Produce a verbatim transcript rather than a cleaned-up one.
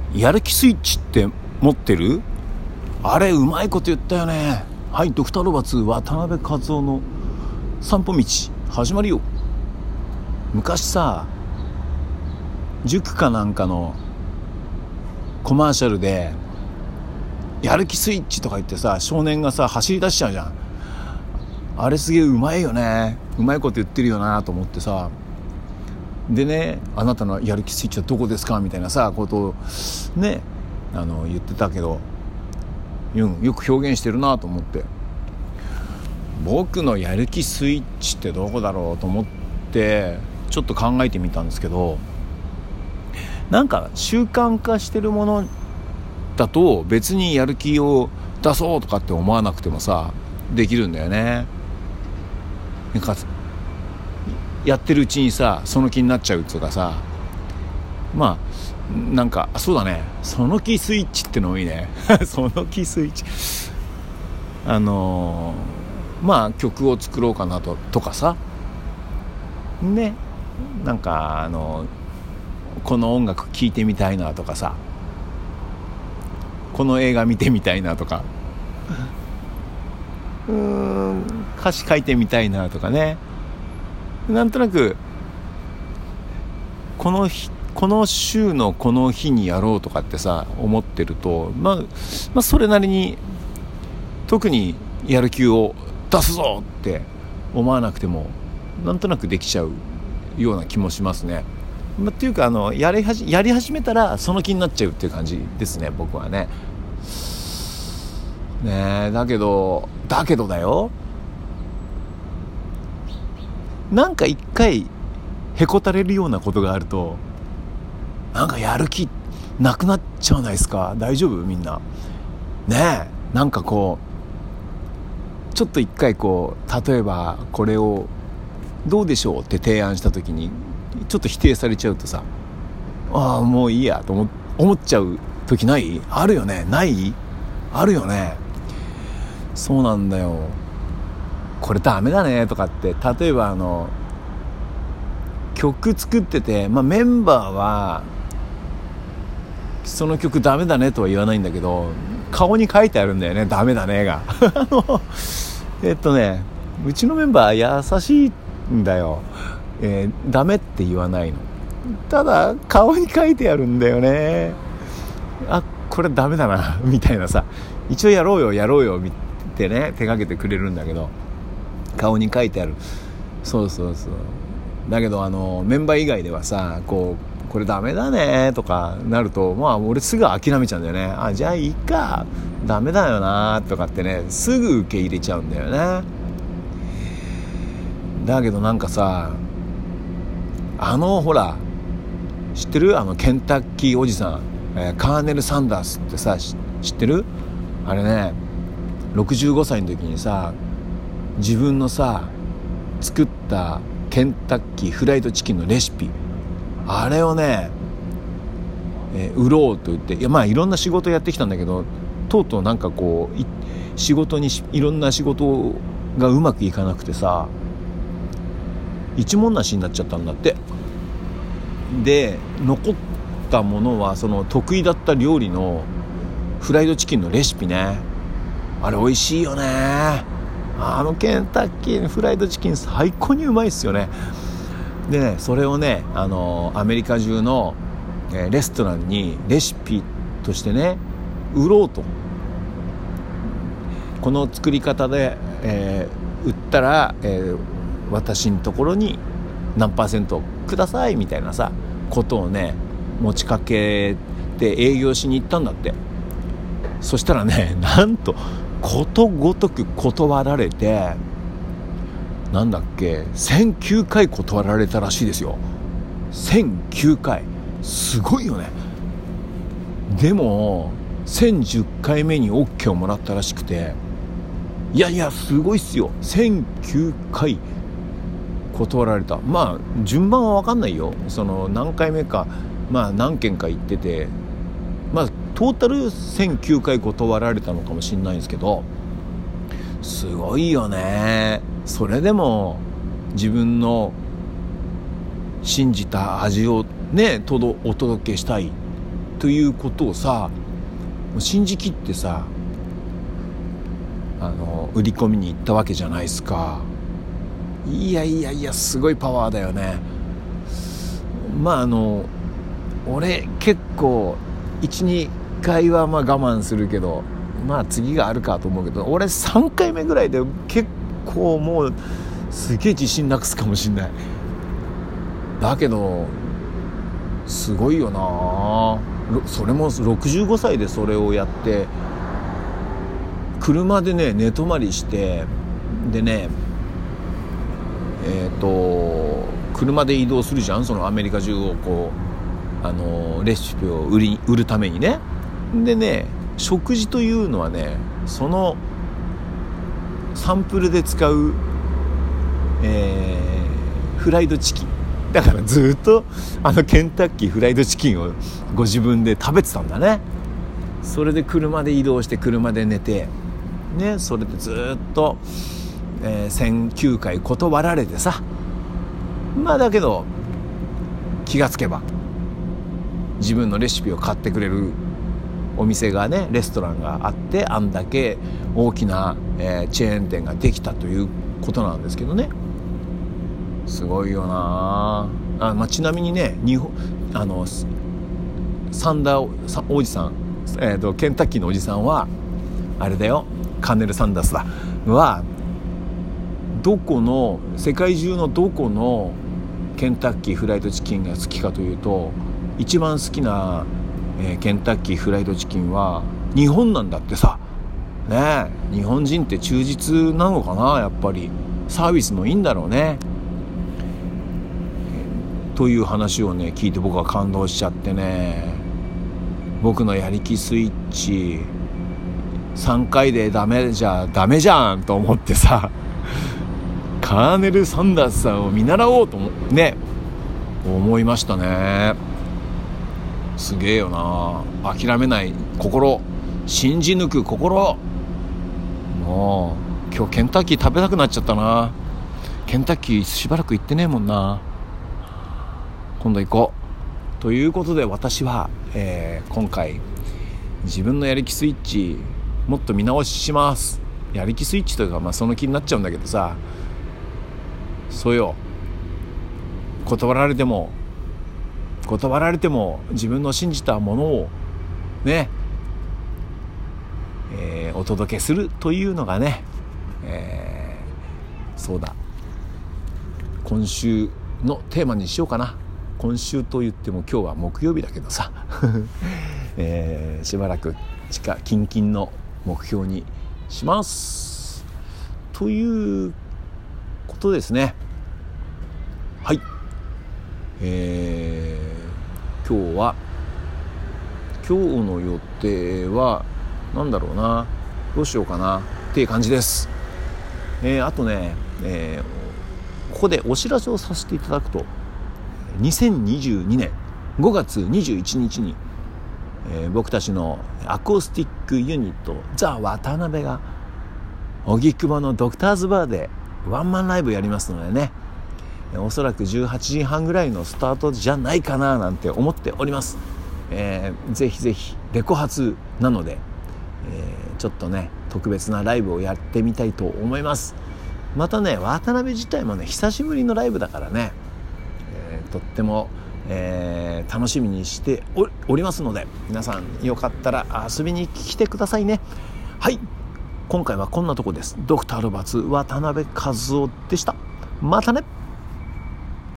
やる気スイッチって持ってる？あれうまいこと言ったよね。はい、ドクターロバツ渡辺和夫の散歩道始まるよ。昔さ、塾かなんかのコマーシャルでやる気スイッチとか言ってさ、少年がさ走り出しちゃうじゃん。あれすげえうまいよね。うまいこと言ってるよなと思ってさ、でね、あなたのやる気スイッチはどこですかみたいなさことをね、あの言ってたけど、よく表現してるなと思って、僕のやる気スイッチってどこだろうと思ってちょっと考えてみたんですけど、なんか習慣化してるものだと別にやる気を出そうとかって思わなくてもさできるんだよね。なんかやってるうちにさその気になっちゃうっていうかさ、まあなんかそうだね、その気スイッチってのもいいねその気スイッチ、あのー、まあ曲を作ろうかなととかさね、なんかあのこの音楽聴いてみたいなとかさ、この映画見てみたいなとか、うーん歌詞書いてみたいなとかね、なんとなくこの日この週のこの日にやろうとかってさ思ってると、まあ、まあそれなりに特にやる気を出すぞって思わなくてもなんとなくできちゃうような気もしますね。まあ、っていうかあのやりはじやり始めたらその気になっちゃうっていう感じですね、僕はね。ねえ、だけどだけどだよ、なんか一回へこたれるようなことがあるとなんかやる気なくなっちゃわないですか？大丈夫？みんなねえ、なんかこうちょっと一回こう例えばこれをどうでしょうって提案した時にちょっと否定されちゃうとさ、ああもういいやと 思, 思っちゃう時ない？あるよね？ない？あるよね。そうなんだよ、これダメだねとかって、例えばあの曲作ってて、まあ、メンバーはその曲ダメだねとは言わないんだけど顔に書いてあるんだよね、ダメだねがあのえっとねうちのメンバー優しいんだよ、えー、ダメって言わないの。ただ顔に書いてあるんだよね、あこれダメだなみたいなさ、一応やろうよやろうよってね手掛けてくれるんだけど顔に書いてある。そうそうそう。だけどあのメンバー以外ではさこうこれダメだねとかなると、まあ俺すぐ諦めちゃうんだよね。あじゃあいいか、ダメだよなとかってねすぐ受け入れちゃうんだよね。だけどなんかさ、あのほら知ってる？あのケンタッキーおじさん、えー、カーネル・サンダースってさ知ってる？あれねろくじゅうごさいの時にさ自分のさ作ったケンタッキーフライドチキンのレシピ、あれをね、えー、売ろうと言って、いやまあいろんな仕事やってきたんだけど、とうとうなんかこう仕事にしいろんな仕事がうまくいかなくてさ一文無しになっちゃったんだって。で残ったものはその得意だった料理のフライドチキンのレシピね、あれ美味しいよね。あのケンタッキーのフライドチキン最高にうまいっすよね。でねそれをねあのアメリカ中の、えー、レストランにレシピとしてね売ろうと、この作り方で、えー、売ったら、えー、私のところに何パーセントくださいみたいなさことをね持ちかけて営業しに行ったんだって。そしたらねなんとことごとく断られて、なんだっけせんきゅうかい断られたらしいですよ。せんきゅうかい、すごいよね。でもせんじゅっかいめに OK をもらったらしくて、いやいやすごいっすよ、せんきゅうかい断られた。まあ順番は分かんないよ、その何回目か、まあ何件か行ってて、まあトータルせんきゅうかい断られたのかもしれないんですけど、すごいよね。それでも自分の信じた味をねお届けしたいということをさ信じきってさあの売り込みに行ったわけじゃないですか。いやいやいやすごいパワーだよね。まああの俺結構 いち,に 回はまあ我慢するけどまあ次があるかと思うけど俺さんかいめぐらいで結構もうすげえ自信なくすかもしんない。だけどすごいよな。それもろくじゅうごさいでそれをやって車でね寝泊まりしてでねえっと車で移動するじゃんそのアメリカ中をこうあのレシピを売り売るためにね。でね食事というのはねそのサンプルで使う、えー、フライドチキンだからずっとあのケンタッキーフライドチキンをご自分で食べてたんだね。それで車で移動して車で寝てねそれでずっと、えー、せんきゅうかい断られてさまあだけど気がつけば自分のレシピを買ってくれるお店がねレストランがあってあんだけ大きな、えー、チェーン店ができたということなんですけどね。すごいよなあ、まあ、ちなみにね日本あのサンダーおじさん、えーと、ケンタッキーのおじさんはあれだよカーネル・サンダースだはどこの世界中のどこのケンタッキーフライドチキンが好きかというと一番好きな、えー、ケンタッキーフライドチキンは日本なんだってさね。え日本人って忠実なのかなやっぱりサービスもいいんだろうねという話をね聞いて僕は感動しちゃってね僕のやりきスイッチさんかいでダメじゃダメじゃんと思ってさカーネル・サンダースさんを見習おうと思ね思いましたね。すげえよな諦めない心信じ抜く心。もう今日ケンタッキー食べたくなっちゃったな。ケンタッキーしばらく行ってねえもんな。今度行こうということで私は、えー、今回自分のやる気スイッチもっと見直しします。やる気スイッチというか、まあ、その気になっちゃうんだけどさそうよ断られても断られても自分の信じたものをね、えー、お届けするというのがね、えー、そうだ今週のテーマにしようかな。今週と言っても今日は木曜日だけどさ、えー、しばらく近々の目標にしますということですね。はい、えー、今日は今日の予定はなんだろうなどうしようかなっていう感じです。えー、あとね、えー、ここでお知らせをさせていただくとにせんにじゅうにねんごがつにじゅういちにちに、えー、僕たちのアコースティックユニットザ・渡辺が荻窪のドクターズバーでワンマンライブやりますのでねおそらくじゅうはちじはんぐらいのスタートじゃないかななんて思っております。えー、ぜひぜひレコ発なので、えー、ちょっとね特別なライブをやってみたいと思います。またね渡辺自体もね久しぶりのライブだからねとっても、えー、楽しみにしておりますので皆さんよかったら遊びに来てくださいね。はい今回はこんなとこです。ドクターロバーツ渡辺和夫でした。またね。